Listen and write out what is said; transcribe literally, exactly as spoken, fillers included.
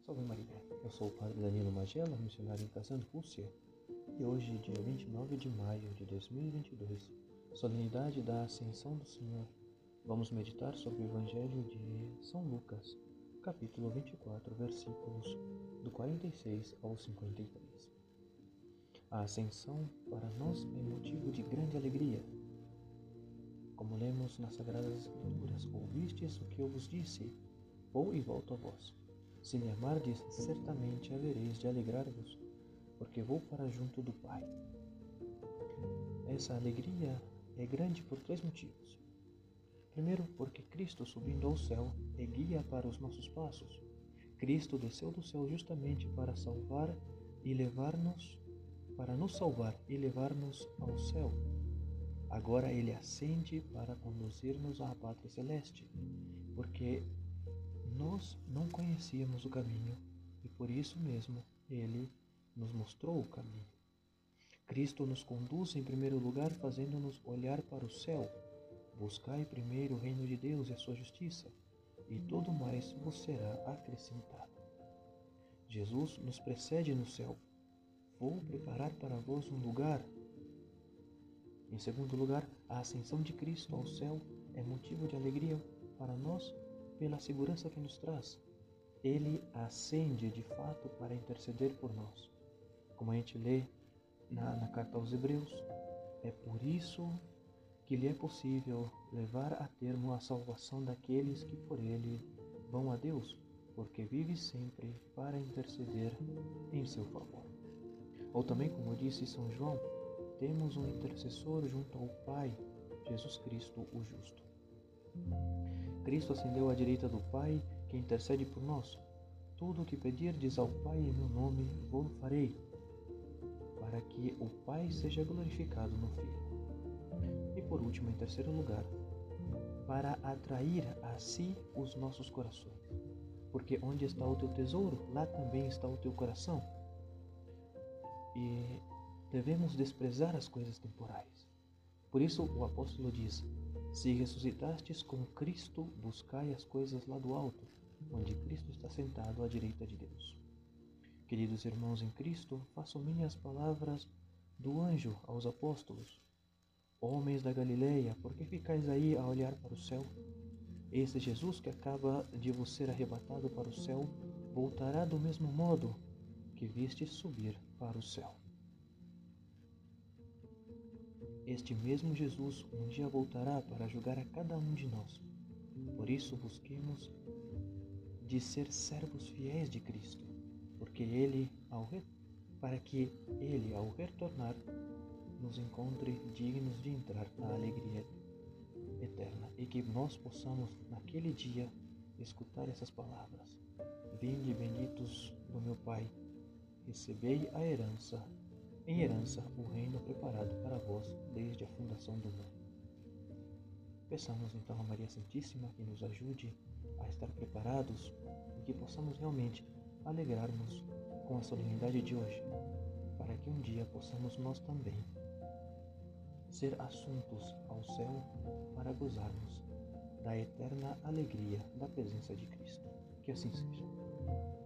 Salve Maria, eu sou o Padre Danilo Magela, missionário em Kazan, Rússia, e hoje, dia vinte e nove de maio de dois mil e vinte e dois, solenidade da Ascensão do Senhor, vamos meditar sobre o Evangelho de São Lucas, capítulo vinte e quatro, versículos do quarenta e seis ao cinquenta e três. A Ascensão para nós é motivo de grande alegria. Como lemos nas Sagradas Escrituras, ouvistes o que eu vos disse, vou e volto a vós. Se me amardes, certamente havereis de alegrar-vos, porque vou para junto do Pai. Essa alegria é grande por três motivos. Primeiro, porque Cristo, subindo ao céu, é guia para os nossos passos. Cristo desceu do céu justamente para salvar e levar-nos, para nos salvar e levar-nos ao céu. Agora Ele ascende para conduzir-nos à pátria celeste, porque nós não conhecíamos o caminho e por isso mesmo Ele nos mostrou o caminho. Cristo nos conduz em primeiro lugar fazendo-nos olhar para o céu. Buscai primeiro o reino de Deus e a sua justiça, e tudo mais vos será acrescentado. Jesus nos precede no céu. Vou preparar para vós um lugar. Em segundo lugar, a ascensão de Cristo ao céu é motivo de alegria para nós pela segurança que nos traz. Ele ascende de fato para interceder por nós. Como a gente lê na, na carta aos Hebreus, é por isso que lhe é possível levar a termo a salvação daqueles que por ele vão a Deus, porque vive sempre para interceder em seu favor. Ou também, como disse São João, temos um intercessor junto ao Pai, Jesus Cristo, o justo. Cristo ascendeu à direita do Pai, que intercede por nós. Tudo o que pedirdes ao Pai em meu nome, vou farei, para que o Pai seja glorificado no Filho. E por último, em terceiro lugar, para atrair a si os nossos corações. Porque onde está o teu tesouro, lá também está o teu coração. E devemos desprezar as coisas temporais. Por isso o apóstolo diz: se ressuscitastes com Cristo, buscai as coisas lá do alto, onde Cristo está sentado à direita de Deus. Queridos irmãos em Cristo, façam minhas palavras do anjo aos apóstolos. Homens da Galileia, por que ficais aí a olhar para o céu? Esse Jesus que acaba de vos ser arrebatado para o céu, voltará do mesmo modo que vistes subir para o céu. Este mesmo Jesus um dia voltará para julgar a cada um de nós. Por isso busquemos de ser servos fiéis de Cristo, porque Ele, ao re... para que Ele, ao retornar, nos encontre dignos de entrar na alegria eterna e que nós possamos, naquele dia, escutar essas palavras: vinde benditos do meu Pai, recebei a herança Em herança, o reino preparado para vós desde a fundação do mundo. Peçamos então a Maria Santíssima que nos ajude a estar preparados e que possamos realmente alegrarmos com a solenidade de hoje, para que um dia possamos nós também ser assuntos ao céu para gozarmos da eterna alegria da presença de Cristo. Que assim seja.